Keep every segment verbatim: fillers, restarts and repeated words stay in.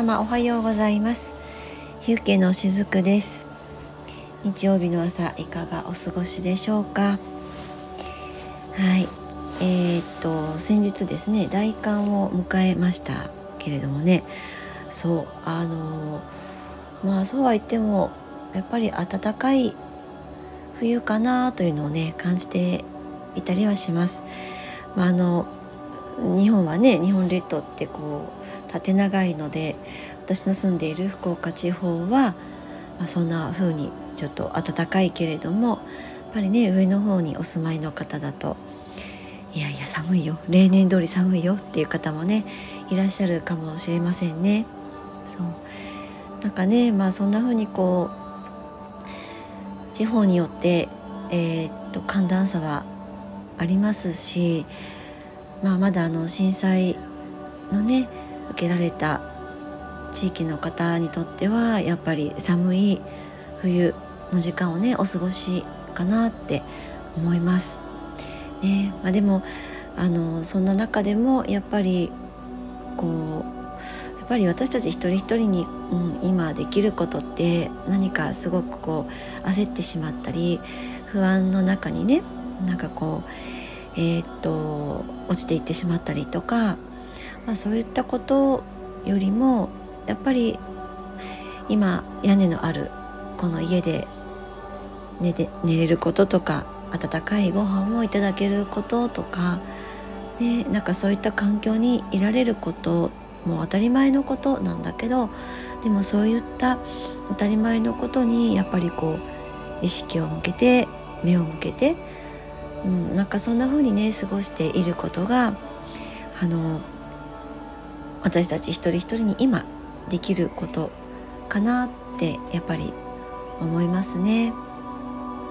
様おはようございます。日向のしずくです。日曜日の朝いかがお過ごしでしょうか。はいえー、っと先日ですね大寒を迎えましたけれどもね、そうあのまあそうは言ってもやっぱり暖かい冬かなというのをね感じていたりはします。まあ、あの日本はね日本列島ってこう縦長いので、私の住んでいる福岡地方は、まあ、そんな風にちょっと暖かいけれども、やっぱりね上の方にお住まいの方だといやいや寒いよ、例年通り寒いよっていう方もねいらっしゃるかもしれませんね。そうなんかねまあそんな風にこう地方によって、えー、っと寒暖差はありますし、まあ、まだあの震災のね受けられた地域の方にとってはやっぱり寒い冬の時間をねお過ごしかなって思いますね。まあ、でもあのそんな中でもやっぱりこうやっぱり私たち一人一人に、うん、今できることって何かすごくこう焦ってしまったり不安の中にねなんかこうえー、っと落ちていってしまったりとか、まあ、そういったことよりもやっぱり今屋根のあるこの家で 寝て、寝れることとか温かいご飯をいただけることとか、ね、なんかそういった環境にいられることも当たり前のことなんだけど、でもそういった当たり前のことにやっぱりこう意識を向けて目を向けて、うん、なんかそんな風にね過ごしていることがあの私たち一人一人に今できることかなってやっぱり思いますね。うん、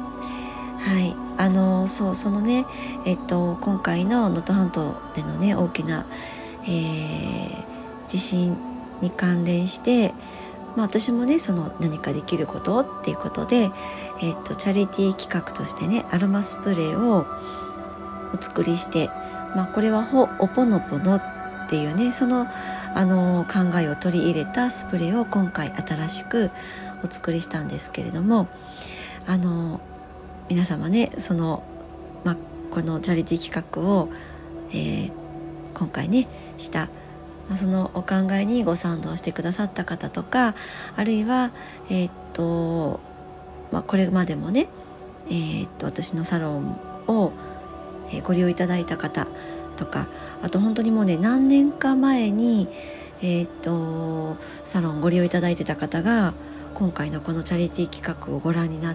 はいあのそうそのねえっと今回の能登半島でのね大きな、えー、地震に関連して、まあ、私もねその何かできることっていうことで、えっと、チャリティー企画としてねアロマスプレーをお作りして、まあ、これはほおぽのぽのっていうねその、あの考えを取り入れたスプレーを今回新しくお作りしたんですけれども、あの皆様ねその、まあ、このチャリティー企画を、えー、今回ねしたそのお考えにご賛同してくださった方とか、あるいはえー、っと、まあ、これまでもね、えー、っと私のサロンをご利用いただいた方とか、あと本当にもうね何年か前に、えー、っとサロンご利用いただいてた方が今回のこのチャリティー企画をご覧になって、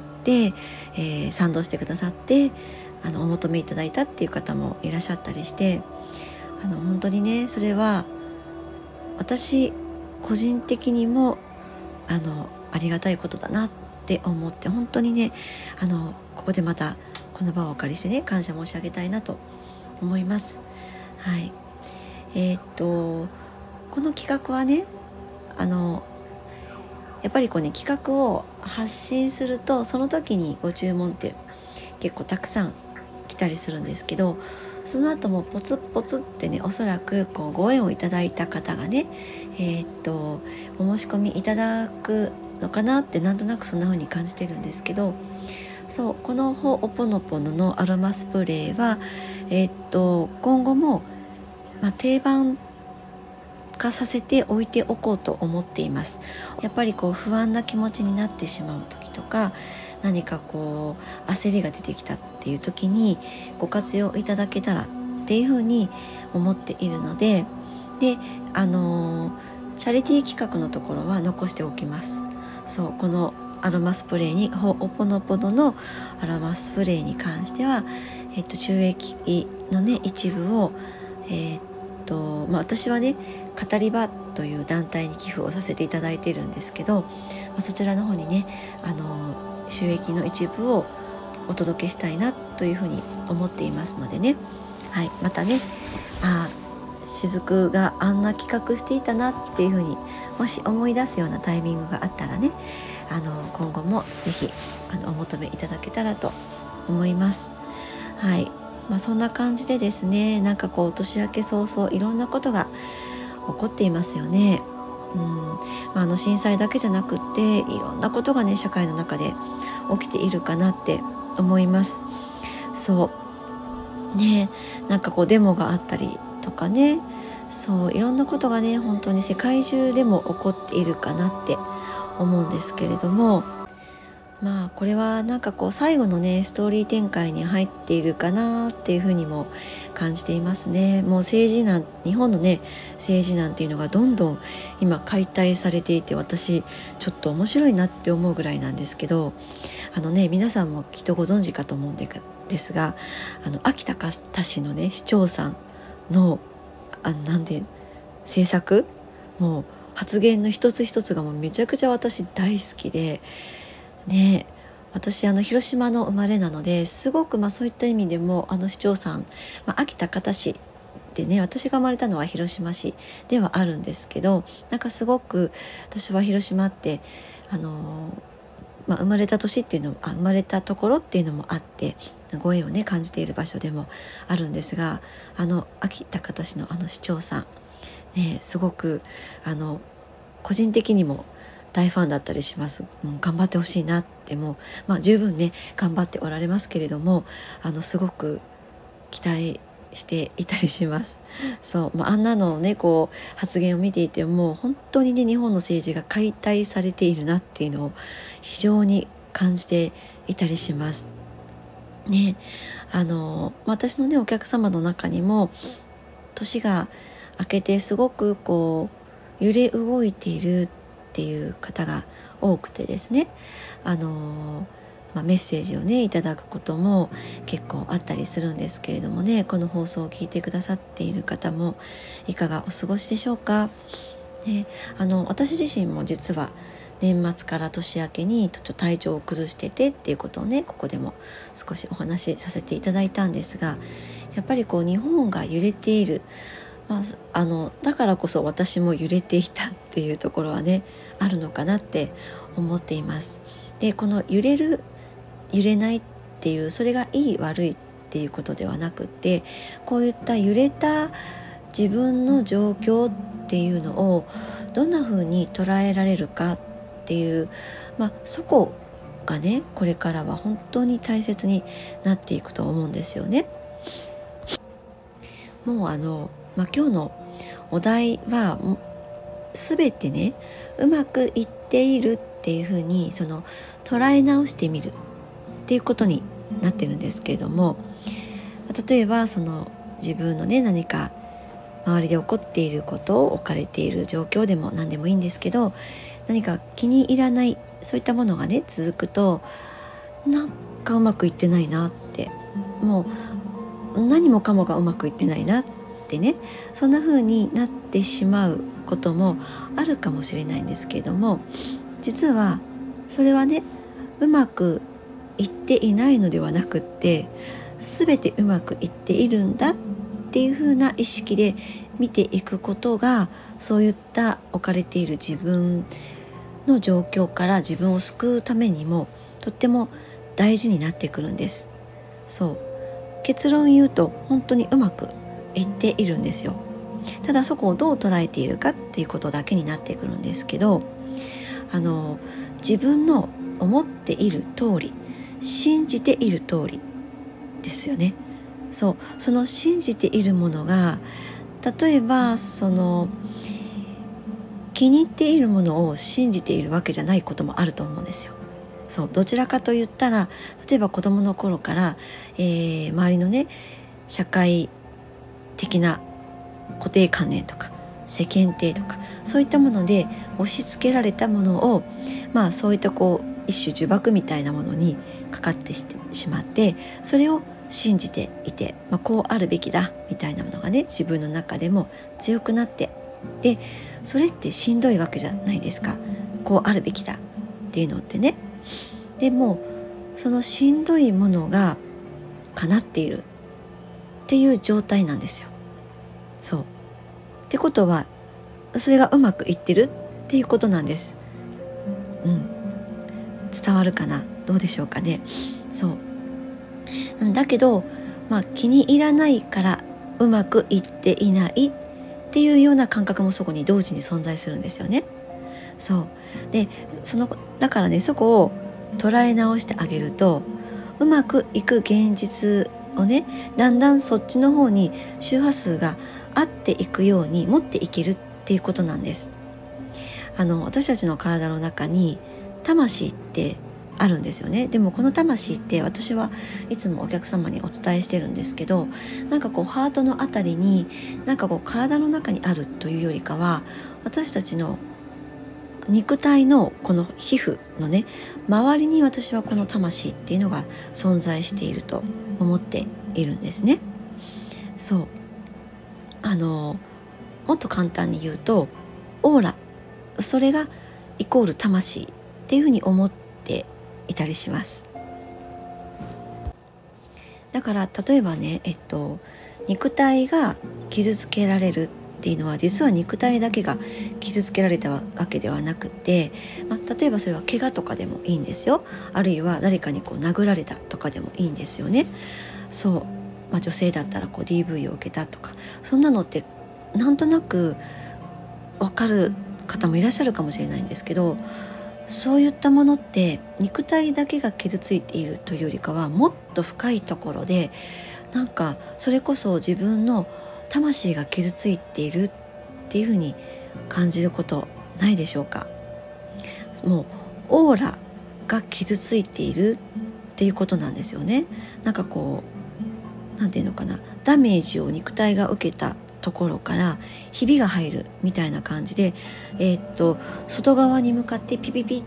えー、賛同してくださってあのお求めいただいたっていう方もいらっしゃったりして、あの本当にねそれは私個人的にもあのありがたいことだなって思って、本当にねあのここでまたこの場をお借りしてね感謝申し上げたいなと思います。はいえー、っとこの企画はねあのやっぱりこうね企画を発信するとその時にご注文って結構たくさん来たりするんですけど、その後もポツポツってねおそらくこうご縁をいただいた方がねえー、っとお申し込みいただくのかなってなんとなくそんな風に感じてるんですけど、そうこのほおぽのぽののアロマスプレーはえー、っと今後も、まあ、定番化させておいておこうと思っています。やっぱりこう不安な気持ちになってしまう時とか、何かこう焦りが出てきたっていう時にご活用いただけたらっていうふうに思っているので、であのチャリティー企画のところは残しておきます。そうこのアロマスプレーにほおぽのぽののアロマスプレーに関しては、えっと、収益のね一部をえー、っとまあ、私はね語り場という団体に寄付をさせていただいているんですけど、まあ、そちらの方にねあの収益の一部をお届けしたいなというふうに思っていますのでね、はい、またねあ雫があんな企画していたなっていうふうにもし思い出すようなタイミングがあったらねあの今後もぜひあのお求めいただけたらと思います。はいまあ、そんな感じでですね、なんかこう年明け早々いろんなことが起こっていますよね。 うんまあ、あの震災だけじゃなくっていろんなことがね社会の中で起きているかなって思います。そうね、なんかこうデモがあったりとかね、そういろんなことがね本当に世界中でも起こっているかなって思うんですけれども、まあこれはなんかこう最後のねストーリー展開に入っているかなっていうふうにも感じていますね。もう政治なん日本のね政治なんていうのがどんどん今解体されていて、私ちょっと面白いなって思うぐらいなんですけど、あのね皆さんもきっとご存知かと思うんですが、あの秋田市のね市長さんのあなんで政策もう発言の一つ一つがもうめちゃくちゃ私大好きでね、私あの広島の生まれなのですごくまあそういった意味でもあの市長さん、まあ、秋田方市でね、私が生まれたのは広島市ではあるんですけど、なんかすごく私は広島ってあのーまあ、生まれた年っていうのもあ生まれたところっていうのもあってご縁をね感じている場所でもあるんですが、あの秋田方市のあの市長さんね、すごくあの個人的にも大ファンだったりします。もう頑張ってほしいなってもう、まあ、十分ね頑張っておられますけれども、あのすごく期待していたりします。そう、まあ、あんなのねこう発言を見ていても本当にね日本の政治が解体されているなっていうのを非常に感じていたりしますね。あの私のねお客様の中にも年が明けてすごくこう揺れ動いているっていう方が多くてですね、あのまあ、メッセージをねいただくことも結構あったりするんですけれどもね、この放送を聞いてくださっている方もいかがお過ごしでしょうか。ね、あの私自身も実は年末から年明けにちょっと体調を崩しててっていうことをねここでも少しお話しさせていただいたんですが、やっぱりこう日本が揺れている、まあ、あのだからこそ私も揺れていたっていうところはねあるのかなって思っています。でこの揺れる揺れないっていうそれがいい悪いっていうことではなくって、こういった揺れた自分の状況っていうのをどんな風に捉えられるかっていう、まあ、そこがねこれからは本当に大切になっていくと思うんですよね。もうあの、まあ、今日のお題は全てねうまくいっているっていう風にその捉え直してみるっていうことになってるんですけれども、例えばその自分のね何か周りで起こっていることを置かれている状況でも何でもいいんですけど、何か気に入らないそういったものがね続くとなんかうまくいってないなって、もう何もかもがうまくいってないなってね、そんな風になってしまうこともあるかもしれないんですけれども、実はそれはねうまくいっていないのではなくって、全てうまくいっているんだっていう風な意識で見ていくことが、そういった置かれている自分の状況から自分を救うためにもとっても大事になってくるんです。そう結論言うと本当にうまくいっているんですよ。ただそこをどう捉えているかっていうことだけになってくるんですけど、あの自分の思っている通り信じている通りですよね。そうその信じているものが、例えばその気に入っているものを信じているわけじゃないこともあると思うんですよ。そうどちらかと言ったら、例えば子どもの頃から、えー、周りのね社会的な固定観念とか世間体とかそういったもので押し付けられたものを、まあそういったこう一種呪縛みたいなものにかかってしてしまって、それを信じていて、まあ、こうあるべきだみたいなものがね自分の中でも強くなって、でそれってしんどいわけじゃないですか。こうあるべきだっていうのってね。でもそのしんどいものが叶っているっていう状態なんですよ。そうってことはそれがうまくいってるっていうことなんです。うん伝わるかな、どうでしょうかね。そうだけど、まあ、気に入らないからうまくいっていないっていうような感覚もそこに同時に存在するんですよね。 そうでそのだからね、そこを捉え直してあげると、うまくいく現実をね、だんだんそっちの方に周波数が合っていくように持っていけるっていうことなんです。あの私たちの体の中に魂ってあるんですよね。でもこの魂って私はいつもお客様にお伝えしてるんですけど、なんかこうハートのあたりに、なんかこう体の中にあるというよりかは、私たちの肉体のこの皮膚のね周りに、私はこの魂っていうのが存在していると思っているんですね。そうあのもっと簡単に言うと、オーラ、それがイコール魂っていうふうに思っていたりします。だから例えばね、えっと、肉体が傷つけられるっていうのは、実は肉体だけが傷つけられたわけではなくて、まあ、例えばそれは怪我とかでもいいんですよ。あるいは誰かにこう殴られたとかでもいいんですよね。そう、まあ、女性だったらこう ディーブイ を受けたとか、そんなのってなんとなく分かる方もいらっしゃるかもしれないんですけど、そういったものって肉体だけが傷ついているというよりかは、もっと深いところで、なんかそれこそ自分の魂が傷ついているっていうふうに感じることないでしょうか。もうオーラが傷ついているっていうことなんですよね。なんかこう、なんていうのかな、ダメージを肉体が受けたところからひびが入るみたいな感じで、えー、っと外側に向かってピピピって、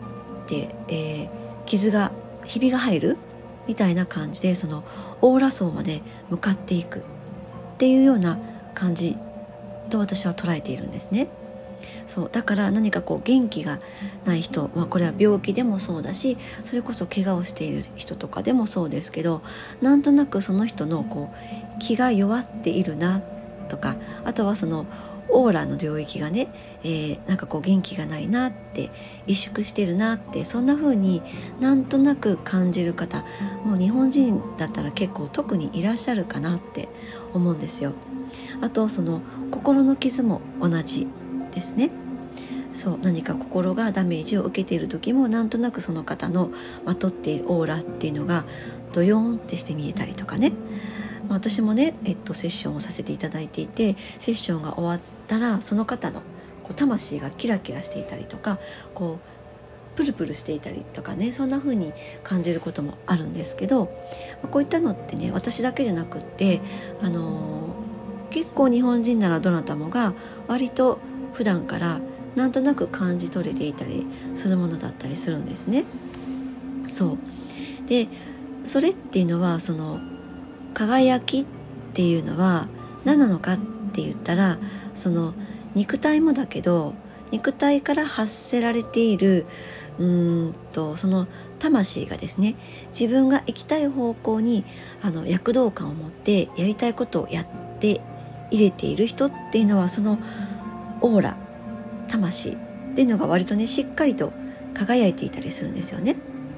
えー、傷がひびが入るみたいな感じで、そのオーラ層まで向かっていくっていうような感じと私は捉えているんですね。そうだから何かこう元気がない人、まあ、これは病気でもそうだし、それこそ怪我をしている人とかでもそうですけど、なんとなくその人のこう気が弱っているなとか、あとはそのオーラの領域がね、えー、なんかこう元気がないなって、萎縮してるなって、そんな風になんとなく感じる方、もう日本人だったら結構特にいらっしゃるかなって思うんですよ。あとその心の傷も同じですね。そう何か心がダメージを受けている時も、なんとなくその方のまとっているオーラっていうのがドヨーンってして見えたりとかね。私もね、えっと、セッションをさせていただいていて、セッションが終わったらその方のこう魂がキラキラしていたりとか、こうプルプルしていたりとかね、そんな風に感じることもあるんですけど、こういったのってね、私だけじゃなくって、あのー、結構日本人ならどなたもが割と普段からなんとなく感じ取れていたりするものだったりするんですね。そうでそれっていうのは、その輝きっていうのは何なのかって言ったら、その肉体もだけど、肉体から発せられているうーんとその魂がですね、自分が行きたい方向にあの躍動感を持ってやりたいことをやって入れている人っていうのは、そのオーラ、魂っていうのが割とねしっかりと輝いていたりするんですよね。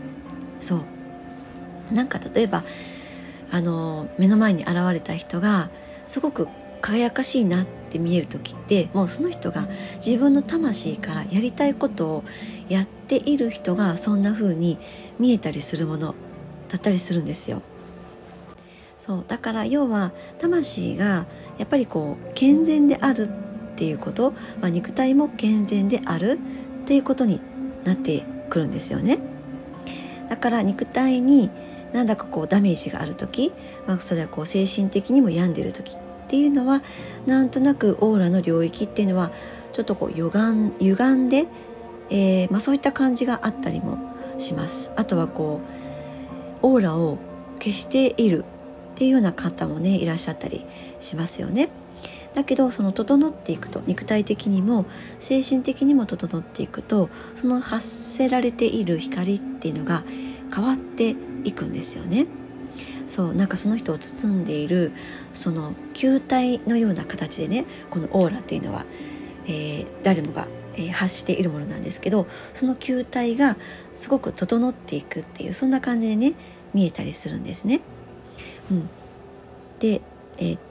そうなんか例えばあの目の前に現れた人がすごく輝かしいなって見える時って、もうその人が自分の魂からやりたいことをやっている人がそんな風に見えたりするものだったりするんですよ。そうだから要は魂がやっぱりこう健全であるっていうこと、まあ、肉体も健全であるっていうことになってくるんですよね。だから肉体になんだかこうダメージがある時、まあ、それはこう精神的にも病んでる時っていうのは、なんとなくオーラの領域っていうのはちょっとこう歪ん、歪んで、えーまあ、そういった感じがあったりもします。あとはこうオーラを消しているっていうような方もねいらっしゃったりしますよね。だけどその整っていくと、肉体的にも精神的にも整っていくと、その発せられている光っていうのが変わっていくんですよね。そうなんかその人を包んでいるその球体のような形でね、このオーラっていうのは、えー、誰もが、えー、発しているものなんですけど、その球体がすごく整っていくっていう、そんな感じでね見えたりするんですね。うん、で、えー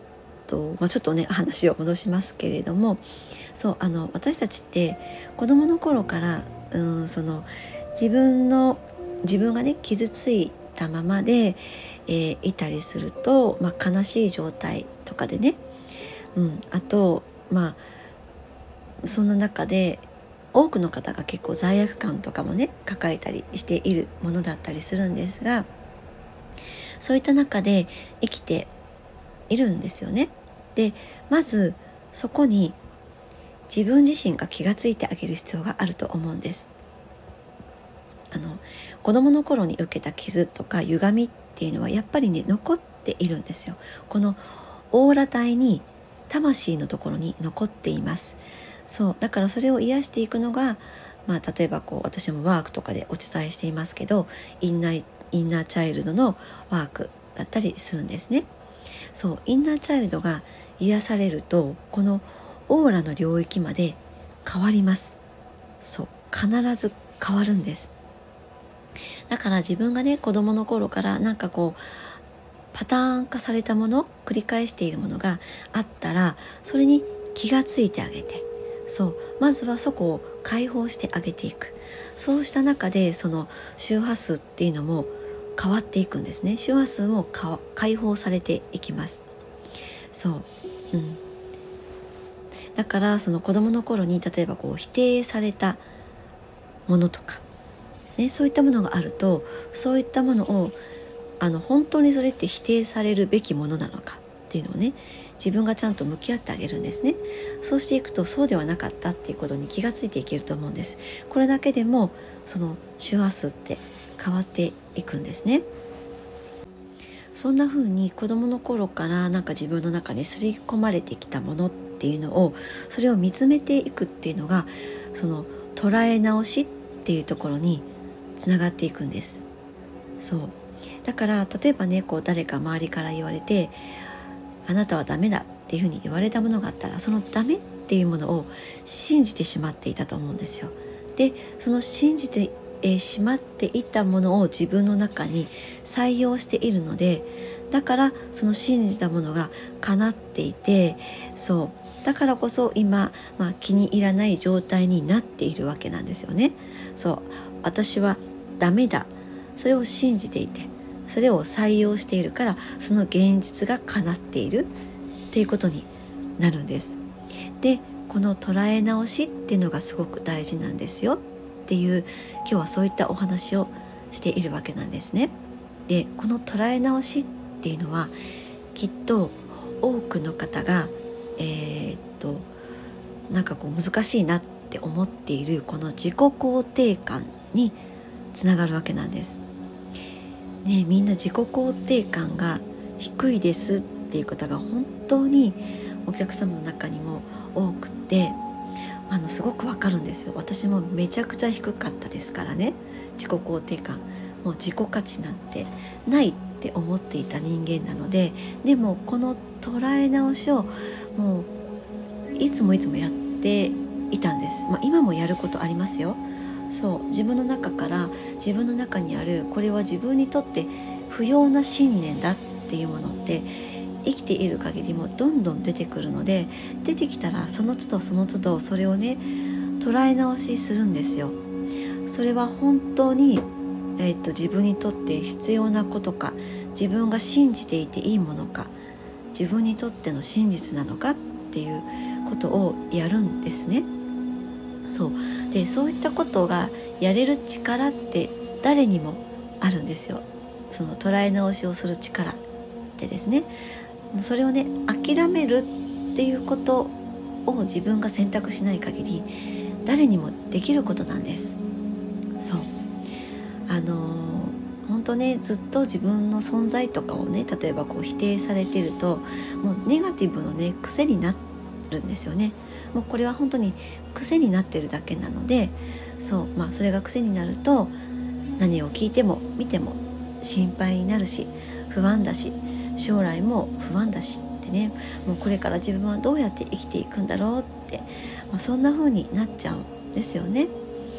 と、まあ、ちょっとね話を戻しますけれども、そうあの私たちって子どもの頃からうんその自分の自分がね傷ついたままで、えーいたりすると、まあ、悲しい状態とかでね、うん、あとまあそんな中で多くの方が結構罪悪感とかもね抱えたりしているものだったりするんですが、そういった中で生きているんですよね。でまずそこに自分自身が気がついてあげる必要があると思うんです。あの子供の頃に受けた傷とか歪みっていうのはやっぱりね残っているんですよ。このオーラ体に魂のところに残っています。そうだからそれを癒していくのが、まあ、例えばこう私もワークとかでお伝えしていますけど、インナーインナーチャイルドのワークだったりするんですね。そうインナーチャイルドが癒されるとこのオーラの領域まで変わります。そう必ず変わるんです。だから自分がね子供の頃からなんかこうパターン化されたもの繰り返しているものがあったら、それに気がついてあげて、そうまずはそこを解放してあげていく。そうした中でその周波数っていうのも変わっていくんですね。周波数も解放されていきます。そう、うん、だからその子供の頃に例えばこう否定されたものとか、ね、そういったものがあると、そういったものをあの本当にそれって否定されるべきものなのかっていうのをね自分がちゃんと向き合ってあげるんですね。そうしていくとそうではなかったっていうことに気がついていけると思うんです。これだけでもその周波数って変わっていくんですね。そんな風に子どもの頃からなんか自分の中に刷り込まれてきたものっていうのを、それを見つめていくっていうのがその捉え直しっていうところにつながっていくんです。そうだから例えばねこう誰か周りから言われて、あなたはダメだっていうふうに言われたものがあったら、そのダメっていうものを信じてしまっていたと思うんですよ。でその信じてしまっていたものを自分の中に採用しているので、だからその信じたものが叶っていて、そうだからこそ今、まあ、気に入らない状態になっているわけなんですよね。そう私はダメだ、それを信じていてそれを採用しているから、その現実が叶っているっていうことになるんです。でこの捉え直しっていうのがすごく大事なんですよっていう、今日はそういったお話をしているわけなんですね。でこの捉え直しっていうのはきっと多くの方がえー、っとなんかこう難しいなって思っているこの自己肯定感につながるわけなんです。ね、みんな自己肯定感が低いですっていう方が本当にお客様の中にも多くて、あのすごくわかるんですよ。私もめちゃくちゃ低かったですからね。自己肯定感、もう自己価値なんてないって思っていた人間なので、でもこの捉え直しをもういつもいつもやっていたんです。まあ、今もやることありますよ。そう自分の中から自分の中にあるこれは自分にとって不要な信念だっていうものって生きている限りもどんどん出てくるので、出てきたらその都度その都度それをね捉え直しするんですよ。それは本当に、えー、っと自分にとって必要なことか、自分が信じていていいものか、自分にとっての真実なのかっていうことをやるんですね。そうでそういったことがやれる力って誰にもあるんですよ。その捉え直しをする力ってですね、それをね諦めるっていうことを自分が選択しない限り誰にもできることなんです。そうあのー、本当ねずっと自分の存在とかをね例えばこう否定されてると、もうネガティブのね癖になるんですよね。もうこれは本当に癖になってるだけなので、そうまあそれが癖になると何を聞いても見ても心配になるし不安だし、将来も不安だしってね、もうこれから自分はどうやって生きていくんだろうって、まあ、そんな風になっちゃうんですよね。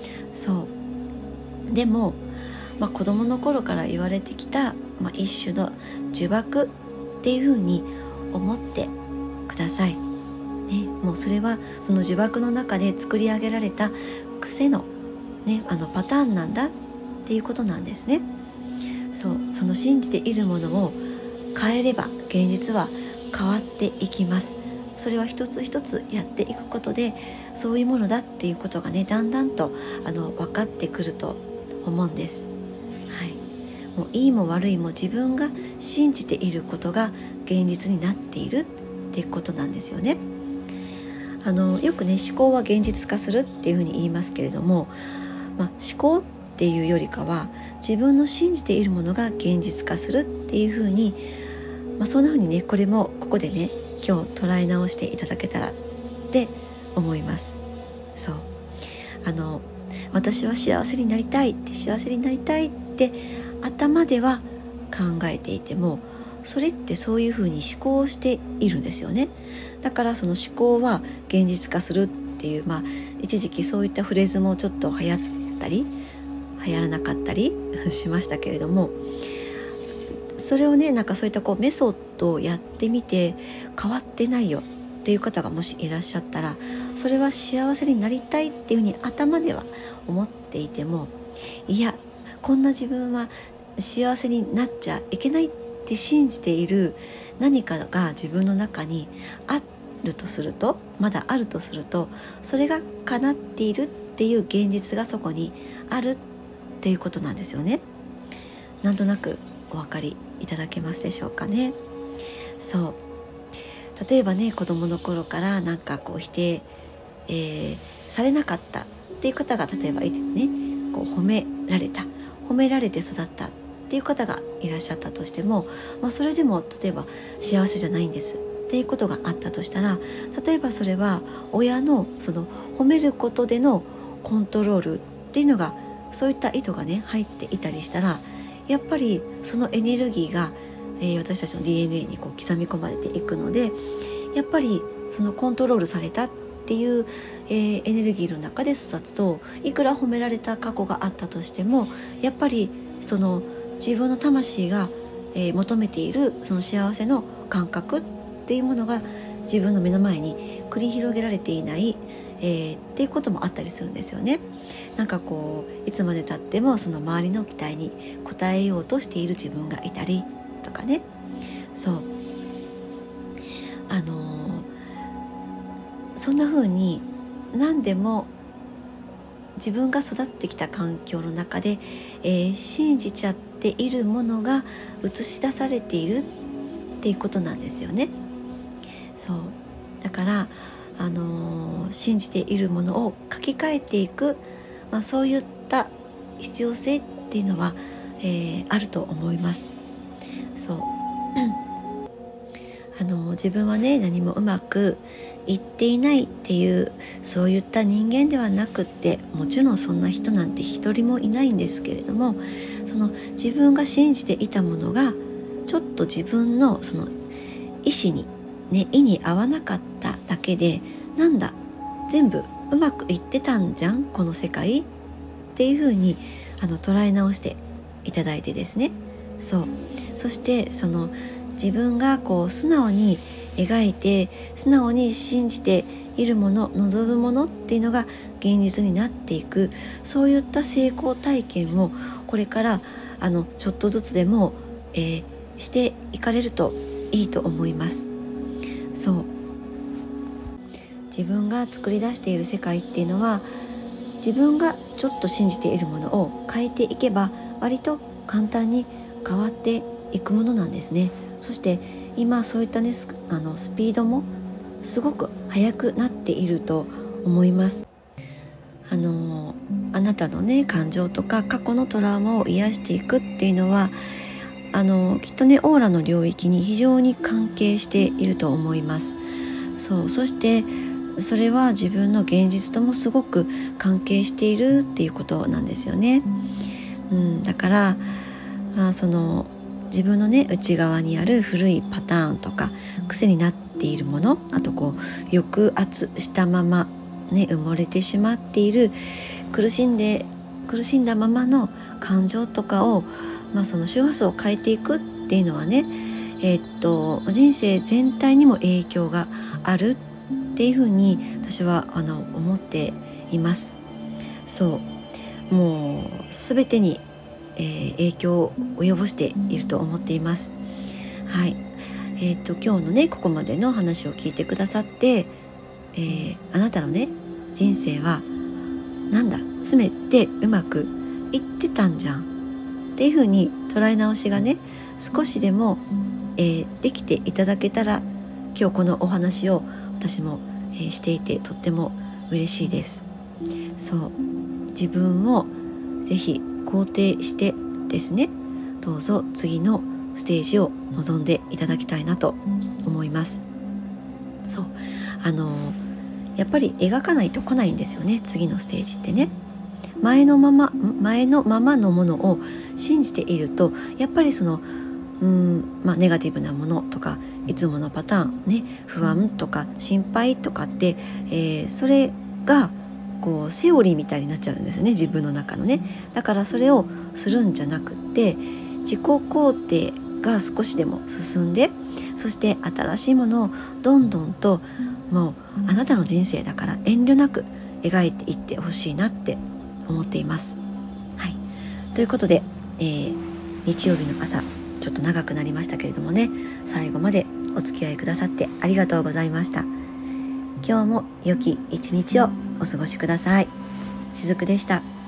そうでも、まあ、子供の頃から言われてきた、まあ、一種の呪縛っていう風に思ってください、ね、もうそれはその呪縛の中で作り上げられた癖の、ね、あのパターンなんだっていうことなんですね。そう、その信じているものを変えれば現実は変わっていきます。それは一つ一つやっていくことで、そういうものだっていうことがね、だんだんとあの分かってくると思うんです。はい、もういいも悪いも自分が信じていることが現実になっているっていうことなんですよね。あのよくね、思考は現実化するっていうふうに言いますけれども、まあ、思考っていうよりかは自分の信じているものが現実化するっていうふうに、まあ、そんなふうにね、これもここでね、今日捉え直していただけたらって思います。そう、あの私は幸せになりたいって幸せになりたいって頭では考えていても、それってそういうふうに思考しているんですよね。だからその思考は現実化するっていう、まあ一時期そういったフレーズもちょっと流行ったり流行らなかったりしましたけれども、それをね、なんかそういったこうメソッドをやってみて変わってないよっていう方がもしいらっしゃったら、それは幸せになりたいっていうふうに頭では思っていても、いや、こんな自分は幸せになっちゃいけないって信じている何かが自分の中にあるとすると、まだあるとすると、それが叶っているっていう現実がそこにあるっていうことなんですよね。なんとなくお分かりいただけますでしょうかね。そう、例えばね、子供の頃からなんかこう否定、えー、されなかったっていう方が例えばいてね、こう褒められた褒められて育ったっていう方がいらっしゃったとしても、まあ、それでも例えば幸せじゃないんですっていうことがあったとしたら、例えばそれは親のその褒めることでのコントロールっていうのが、そういった意図がね入っていたりしたら、やっぱりそのエネルギーが、えー、私たちの ディーエヌエー にこう刻み込まれていくので、やっぱりそのコントロールされたっていう、えー、エネルギーの中で育つと、いくら褒められた過去があったとしても、やっぱりその自分の魂が、えー、求めているその幸せの感覚っていうものが自分の目の前に繰り広げられていない、えー、っていうこともあったりするんですよね。なんかこういつまで経ってもその周りの期待に応えようとしている自分がいたりとかね。そう、あのー、そんな風に何でも自分が育ってきた環境の中で、えー、信じちゃっているものが映し出されているっていうことなんですよね。そうだから、あのー、信じているものを書き換えていく、まあ、そういった必要性っていうのは、えー、あると思います。そうあの自分はね、何もうまくいっていないっていうそういった人間ではなくって、もちろんそんな人なんて一人もいないんですけれども、その自分が信じていたものがちょっと自分のその意思にね、意に合わなかっただけで、なんだ全部うまくいってたんじゃんこの世界っていう風にあの捉え直していただいてですね。そうそしてその自分がこう素直に描いて素直に信じているもの、望むものっていうのが現実になっていく、そういった成功体験をこれからあのちょっとずつでも、えー、していかれるといいと思います。そう自分が作り出している世界っていうのは、自分がちょっと信じているものを変えていけば割と簡単に変わっていくものなんですね。そして今そういったね、あのスピードもすごく速くなっていると思います。あのあなたのね、感情とか過去のトラウマを癒していくっていうのは、あのきっとね、オーラの領域に非常に関係していると思います。そうそしてそれは自分の現実ともすごく関係しているっていうことなんですよね。うん、だから、まあ、その自分のね、内側にある古いパターンとか癖になっているもの、あとこう抑圧したままね、埋もれてしまっている苦しんで苦しんだままの感情とかを、まあ、その周波数を変えていくっていうのはね、 えー、っと人生全体にも影響があるっていうふうに私はあの思っています。そうもう全てに、えー、影響を及ぼしていると思っています。はい、えー、っと今日のねここまでの話を聞いてくださって、えー、あなたのね人生はなんだ全てうまくいってたんじゃんっていうふうに捉え直しがね少しでも、えー、できていただけたら今日このお話を私も、えー、していてとっても嬉しいです。そう自分をぜひ肯定してですねどうぞ次のステージを望んでいただきたいなと思います。そうあのやっぱり描かないと来ないんですよね次のステージってね。前のまま前のままのものを信じているとやっぱりそのうーん、まあ、ネガティブなものとかいつものパターンね不安とか心配とかって、えー、それがこうセオリーみたいになっちゃうんですよね自分の中のね。だからそれをするんじゃなくって自己肯定が少しでも進んでそして新しいものをどんどんともうあなたの人生だから遠慮なく描いていってほしいなって思っています。はい、ということで、えー、日曜日の朝ちょっと長くなりましたけれどもね最後までお付き合いくださってありがとうございました。今日も良き一日をお過ごしください。しずくでした。